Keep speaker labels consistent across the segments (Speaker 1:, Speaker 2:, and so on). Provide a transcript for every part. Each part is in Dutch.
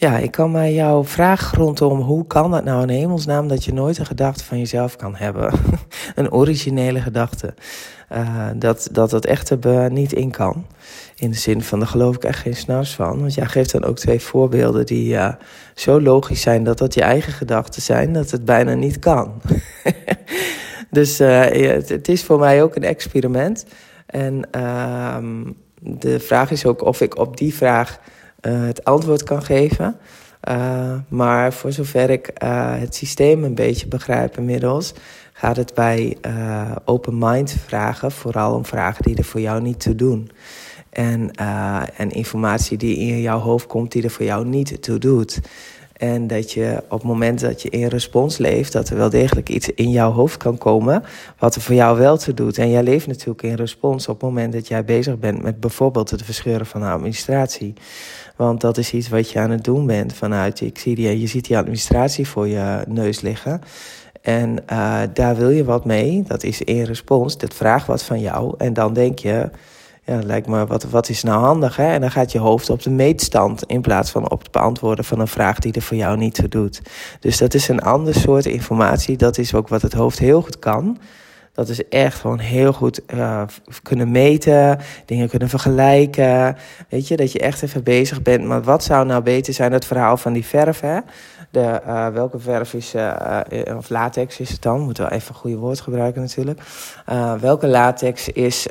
Speaker 1: Ja, ik kan mij jouw vraag rondom hoe kan het nou in hemelsnaam dat je nooit een gedachte van jezelf kan hebben? Een originele gedachte. Dat het echt er niet in kan. In de zin van, daar geloof ik echt geen snars van. Want jij geeft dan ook 2 voorbeelden die zo logisch zijn dat dat je eigen gedachten zijn, dat het bijna niet kan. Dus het is voor mij ook een experiment. En de vraag is ook of ik op die vraag het antwoord kan geven. Maar voor zover ik het systeem een beetje begrijp inmiddels, gaat het bij open mind vragen vooral om vragen die er voor jou niet toe doen. En informatie die in jouw hoofd komt die er voor jou niet toe doet. En dat je op het moment dat je in respons leeft, dat er wel degelijk iets in jouw hoofd kan komen wat er voor jou wel toe doet. En jij leeft natuurlijk in respons op het moment dat jij bezig bent met bijvoorbeeld het verscheuren van de administratie. Want dat is iets wat je aan het doen bent vanuit, je ziet die administratie voor je neus liggen. En daar wil je wat mee, dat is in respons, dat vraagt wat van jou. En dan denk je, ja, lijkt me, wat is nou handig, hè? En dan gaat je hoofd op de meetstand in plaats van op het beantwoorden van een vraag die er voor jou niet toe doet. Dus dat is een ander soort informatie. Dat is ook wat het hoofd heel goed kan. Dat is echt gewoon heel goed kunnen meten, dingen kunnen vergelijken. Weet je, dat je echt even bezig bent. Maar wat zou nou beter zijn, het verhaal van die verf, hè? Welke verf is, of latex is het dan? Moet wel even een goede woord gebruiken natuurlijk. Welke latex is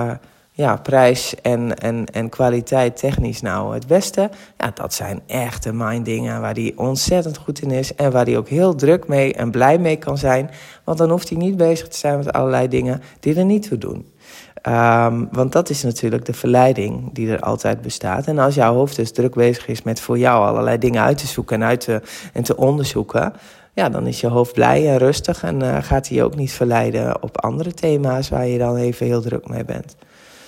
Speaker 1: prijs en kwaliteit technisch nou het beste? Ja, dat zijn echte minddingen waar hij ontzettend goed in is en waar hij ook heel druk mee en blij mee kan zijn. Want dan hoeft hij niet bezig te zijn met allerlei dingen die er niet toe doen. Want dat is natuurlijk de verleiding die er altijd bestaat. En als jouw hoofd dus druk bezig is met voor jou allerlei dingen uit te zoeken en te onderzoeken, ja, dan is je hoofd blij en rustig en gaat hij je ook niet verleiden op andere thema's waar je dan even heel druk mee bent.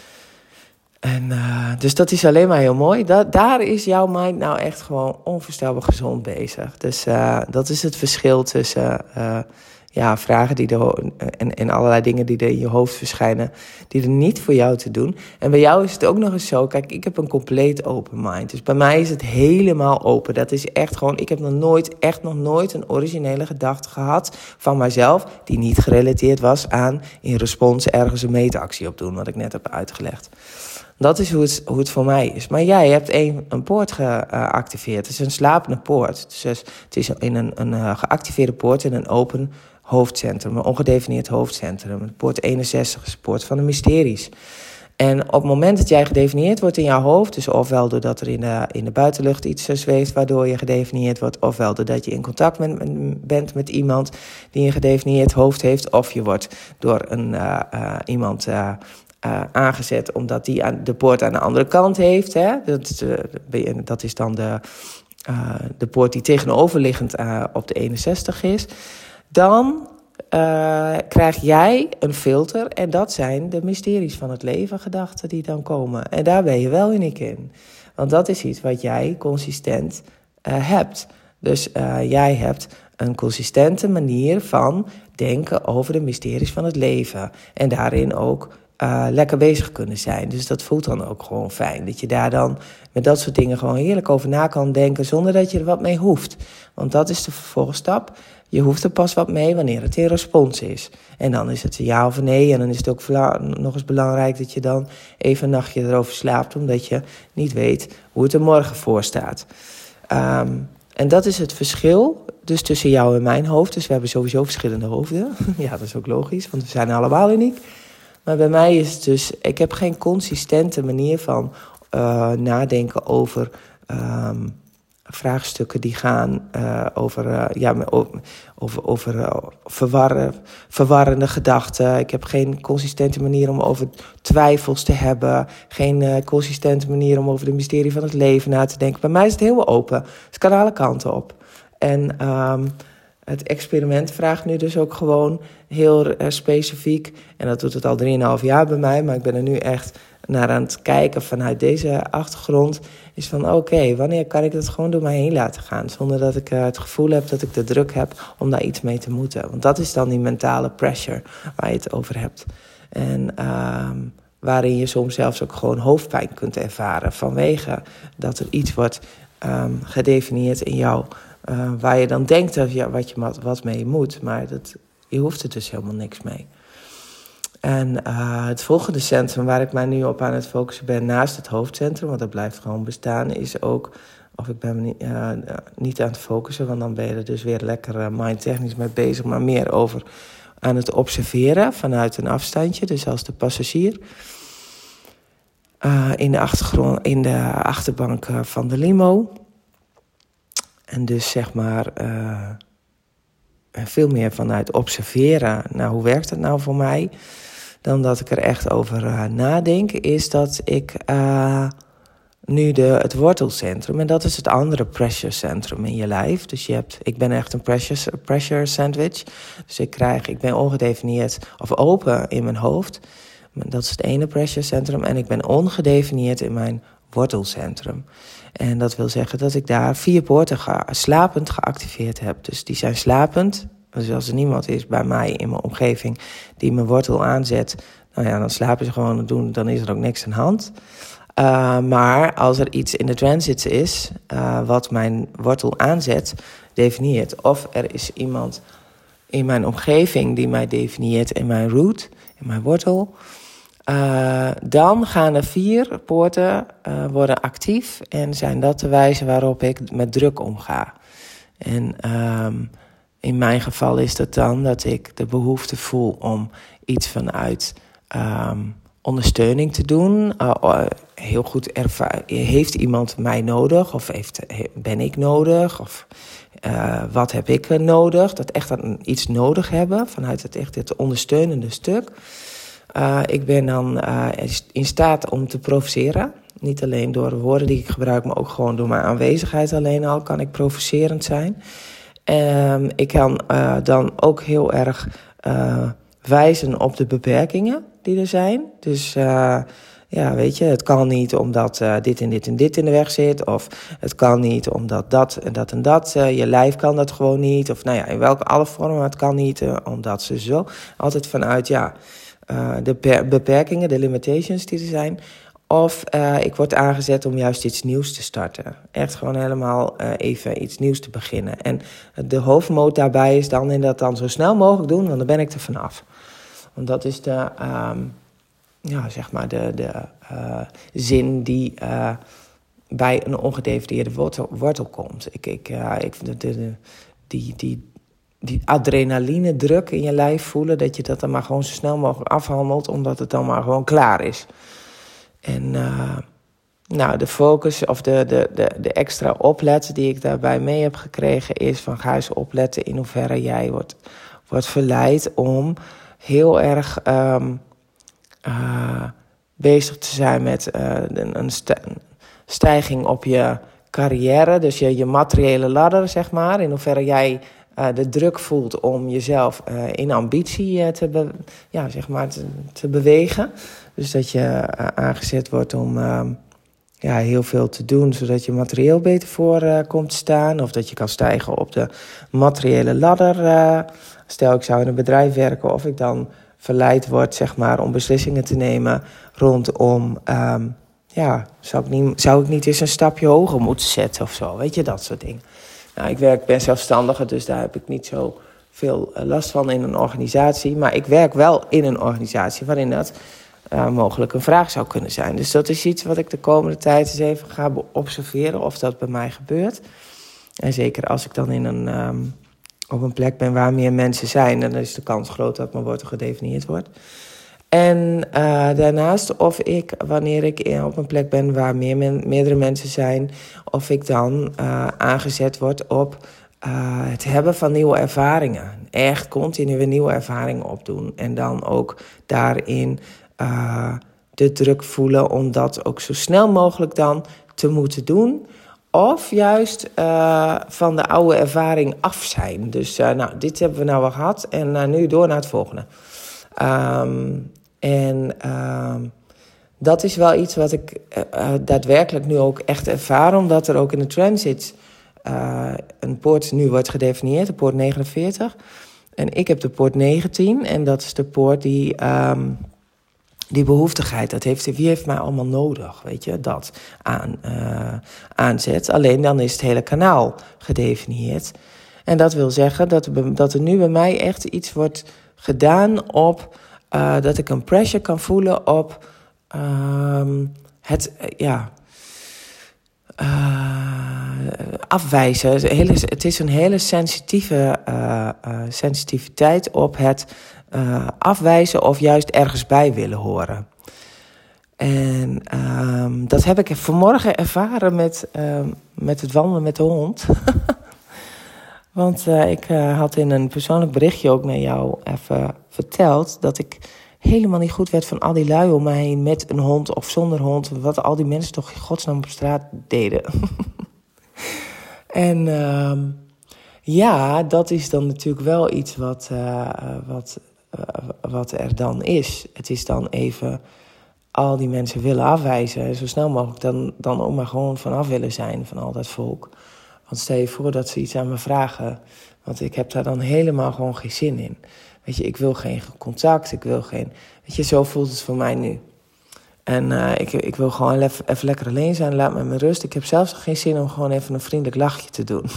Speaker 1: En dus dat is alleen maar heel mooi. Daar is jouw mind nou echt gewoon onvoorstelbaar gezond bezig. Dus dat is het verschil tussen vragen die en allerlei dingen die er in je hoofd verschijnen, die er niet voor jou te doen. En bij jou is het ook nog eens zo, kijk, ik heb een compleet open mind. Dus bij mij is het helemaal open. Dat is echt gewoon, ik heb nog nooit een originele gedachte gehad van mijzelf die niet gerelateerd was aan in respons ergens een meetactie op doen, wat ik net heb uitgelegd. Dat is hoe het voor mij is. Maar jij hebt een poort geactiveerd. Het is een slapende poort. Dus het is in een geactiveerde poort in een open hoofdcentrum. Een ongedefinieerd hoofdcentrum. De poort 61 is de poort van de mysteries. En op het moment dat jij gedefinieerd wordt in jouw hoofd, dus ofwel doordat er in de buitenlucht iets zweeft waardoor je gedefinieerd wordt, ofwel doordat je in contact bent met iemand die een gedefinieerd hoofd heeft, of je wordt door iemand aangezet omdat die de poort aan de andere kant heeft. Hè? Dat is dan de poort die tegenoverliggend op de 61 is. Dan krijg jij een filter en dat zijn de mysteries van het leven, gedachten die dan komen. En daar ben je wel uniek in. Want dat is iets wat jij consistent hebt. Dus jij hebt een consistente manier van denken over de mysteries van het leven. En daarin ook lekker bezig kunnen zijn. Dus dat voelt dan ook gewoon fijn. Dat je daar dan met dat soort dingen gewoon heerlijk over na kan denken zonder dat je er wat mee hoeft. Want dat is de vervolgstap. Je hoeft er pas wat mee wanneer het in respons is. En dan is het een ja of een nee. En dan is het ook nog eens belangrijk dat je dan even een nachtje erover slaapt, omdat je niet weet hoe het er morgen voor staat. En dat is het verschil dus tussen jou en mijn hoofd. Dus we hebben sowieso verschillende hoofden. Ja, dat is ook logisch, want we zijn allemaal uniek. Maar bij mij is het dus, ik heb geen consistente manier van nadenken over vraagstukken die gaan over verwarrende gedachten. Ik heb geen consistente manier om over twijfels te hebben. Geen consistente manier om over de mysterie van het leven na te denken. Bij mij is het helemaal open. Het kan alle kanten op. En het experiment vraagt nu dus ook gewoon heel specifiek, en dat doet het al 3,5 jaar bij mij, maar ik ben er nu echt naar aan het kijken vanuit deze achtergrond, is van oké, wanneer kan ik dat gewoon door mij heen laten gaan, zonder dat ik het gevoel heb dat ik de druk heb om daar iets mee te moeten. Want dat is dan die mentale pressure waar je het over hebt. En waarin je soms zelfs ook gewoon hoofdpijn kunt ervaren vanwege dat er iets wordt gedefinieerd in jou. Waar je dan denkt dat wat mee moet. Maar je hoeft er dus helemaal niks mee. En het volgende centrum waar ik mij nu op aan het focussen ben, naast het hoofdcentrum, want dat blijft gewoon bestaan, is ook, of ik ben me niet aan het focussen, want dan ben je er dus weer lekker mindtechnisch mee bezig, maar meer over aan het observeren vanuit een afstandje, dus als de passagier. In de achterbank van de limo. En dus zeg maar veel meer vanuit observeren. Nou, hoe werkt het nou voor mij? Dan dat ik er echt over nadenk, is dat ik nu het wortelcentrum, en dat is het andere pressure centrum in je lijf. Dus ik ben echt een pressure sandwich. Dus ik ben ongedefinieerd of open in mijn hoofd. Dat is het ene pressure centrum. En ik ben ongedefinieerd in mijn wortelcentrum. En dat wil zeggen dat ik daar 4 poorten slapend geactiveerd heb. Dus die zijn slapend. Dus als er niemand is bij mij in mijn omgeving die mijn wortel aanzet, nou ja, dan slapen ze gewoon, dan is er ook niks aan de hand. Maar als er iets in de transits is wat mijn wortel aanzet, definieert, of er is iemand in mijn omgeving die mij definieert in mijn root, in mijn wortel, dan gaan er 4 poorten worden actief en zijn dat de wijze waarop ik met druk omga. En in mijn geval is dat dan dat ik de behoefte voel om iets vanuit ondersteuning te doen. Heel goed heeft iemand mij nodig of ben ik nodig of wat heb ik nodig? Dat echt iets nodig hebben vanuit het ondersteunende stuk. Ik ben dan in staat om te provoceren. Niet alleen door de woorden die ik gebruik, maar ook gewoon door mijn aanwezigheid alleen al kan ik provocerend zijn. Ik kan dan ook heel erg wijzen op de beperkingen die er zijn. Dus weet je, het kan niet omdat dit en dit en dit in de weg zit. Of het kan niet omdat dat en dat en dat. Je lijf kan dat gewoon niet. Of nou ja, in alle vormen, het kan niet omdat ze zo. Altijd vanuit, de beperkingen, de limitations die er zijn. Of ik word aangezet om juist iets nieuws te starten. Echt gewoon helemaal even iets nieuws te beginnen. En de hoofdmoot daarbij is dan in dat dan zo snel mogelijk doen, want dan ben ik er vanaf. Want dat is de zin die bij een ongedefinieerde wortel komt. Die adrenaline druk in je lijf voelen, dat je dat dan maar gewoon zo snel mogelijk afhandelt, omdat het dan maar gewoon klaar is. En de focus of de extra oplet die ik daarbij mee heb gekregen is van ga eens opletten in hoeverre jij wordt verleid om heel erg bezig te zijn met een stijging op je carrière. Dus je materiële ladder, zeg maar. In hoeverre jij de druk voelt om jezelf in ambitie te bewegen. Dus dat je aangezet wordt om heel veel te doen, zodat je materieel beter voor komt te staan. Of dat je kan stijgen op de materiële ladder. Stel, ik zou in een bedrijf werken of ik dan verleid word, zeg maar, om beslissingen te nemen rondom, zou ik niet eens een stapje hoger moeten zetten of zo, weet je, dat soort dingen. Nou, ik ben zelfstandige, dus daar heb ik niet zo veel last van in een organisatie. Maar ik werk wel in een organisatie waarin dat mogelijk een vraag zou kunnen zijn. Dus dat is iets wat ik de komende tijd eens even ga observeren of dat bij mij gebeurt. En zeker als ik dan op een plek ben waar meer mensen zijn, dan is de kans groot dat mijn wortel gedefinieerd wordt. En daarnaast of ik, wanneer ik op een plek ben waar meerdere mensen zijn, of ik dan aangezet word op het hebben van nieuwe ervaringen. Echt continu weer nieuwe ervaringen opdoen. En dan ook daarin de druk voelen om dat ook zo snel mogelijk dan te moeten doen. Of juist van de oude ervaring af zijn. Dus dit hebben we nou wel gehad en nu door naar het volgende. Dat is wel iets wat ik daadwerkelijk nu ook echt ervaar, omdat er ook in de transit een poort nu wordt gedefinieerd, de poort 49. En ik heb de poort 19 en dat is de poort die die behoeftigheid, wie heeft mij allemaal nodig, weet je, dat aanzet. Alleen dan is het hele kanaal gedefinieerd. En dat wil zeggen dat er nu bij mij echt iets wordt gedaan op, dat ik een pressure kan voelen op afwijzen. Het is een hele sensitiviteit op het afwijzen of juist ergens bij willen horen. En dat heb ik vanmorgen ervaren met het wandelen met de hond. Want ik had in een persoonlijk berichtje ook naar jou even verteld dat ik helemaal niet goed werd van al die lui om mij heen met een hond of zonder hond. Wat al die mensen toch in godsnaam op straat deden. En dat is dan natuurlijk wel iets wat er dan is. Het is dan even al die mensen willen afwijzen. Zo snel mogelijk dan ook maar gewoon vanaf willen zijn van al dat volk. Want stel je voor dat ze iets aan me vragen. Want ik heb daar dan helemaal gewoon geen zin in. Weet je, ik wil geen contact. Weet je, zo voelt het voor mij nu. En ik wil gewoon even lekker alleen zijn. Laat me met rust. Ik heb zelfs geen zin om gewoon even een vriendelijk lachje te doen.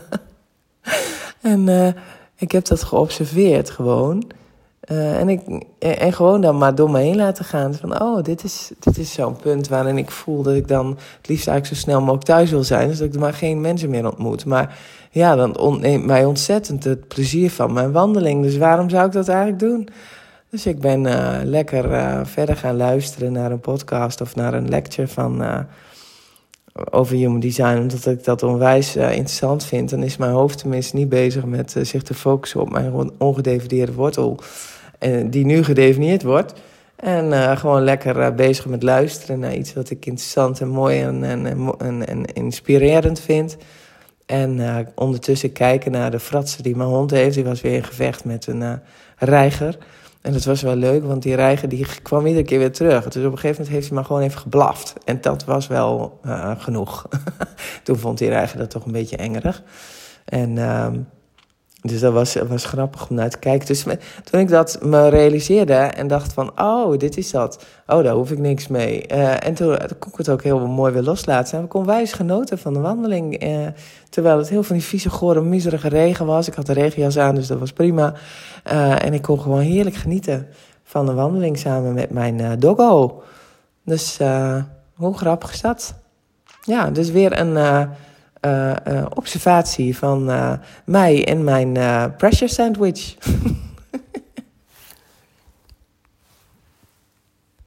Speaker 1: En ik heb dat geobserveerd gewoon. En gewoon dan maar door me heen laten gaan. Van, dit is zo'n punt waarin ik voel dat ik dan het liefst eigenlijk zo snel mogelijk thuis wil zijn. Dus dat ik er maar geen mensen meer ontmoet. Maar ja, dan ontneemt mij ontzettend het plezier van mijn wandeling. Dus waarom zou ik dat eigenlijk doen? Dus ik ben lekker verder gaan luisteren naar een podcast of naar een lecture over human design. Omdat ik dat onwijs interessant vind. Dan is mijn hoofd tenminste niet bezig met zich te focussen op mijn ongedefinieerde wortel. Die nu gedefinieerd wordt. En gewoon lekker bezig met luisteren naar iets wat ik interessant en mooi en inspirerend vind. En ondertussen kijken naar de fratsen die mijn hond heeft. Die was weer in gevecht met een reiger. En dat was wel leuk, want die reiger die kwam iedere keer weer terug. Dus op een gegeven moment heeft hij maar gewoon even geblaft. En dat was wel genoeg. Toen vond die reiger dat toch een beetje engerig. En dus dat was grappig om naar te kijken. Dus toen ik dat me realiseerde en dacht van, dit is dat. Daar hoef ik niks mee. En toen kon ik het ook heel mooi weer loslaten. En ik kon wijs genoten van de wandeling. Terwijl het heel van die vieze, gore, miserige regen was. Ik had de regenjas aan, dus dat was prima. En ik kon gewoon heerlijk genieten van de wandeling samen met mijn doggo. Dus hoe grappig is dat? Ja, dus weer een observatie van mij en mijn pressure sandwich.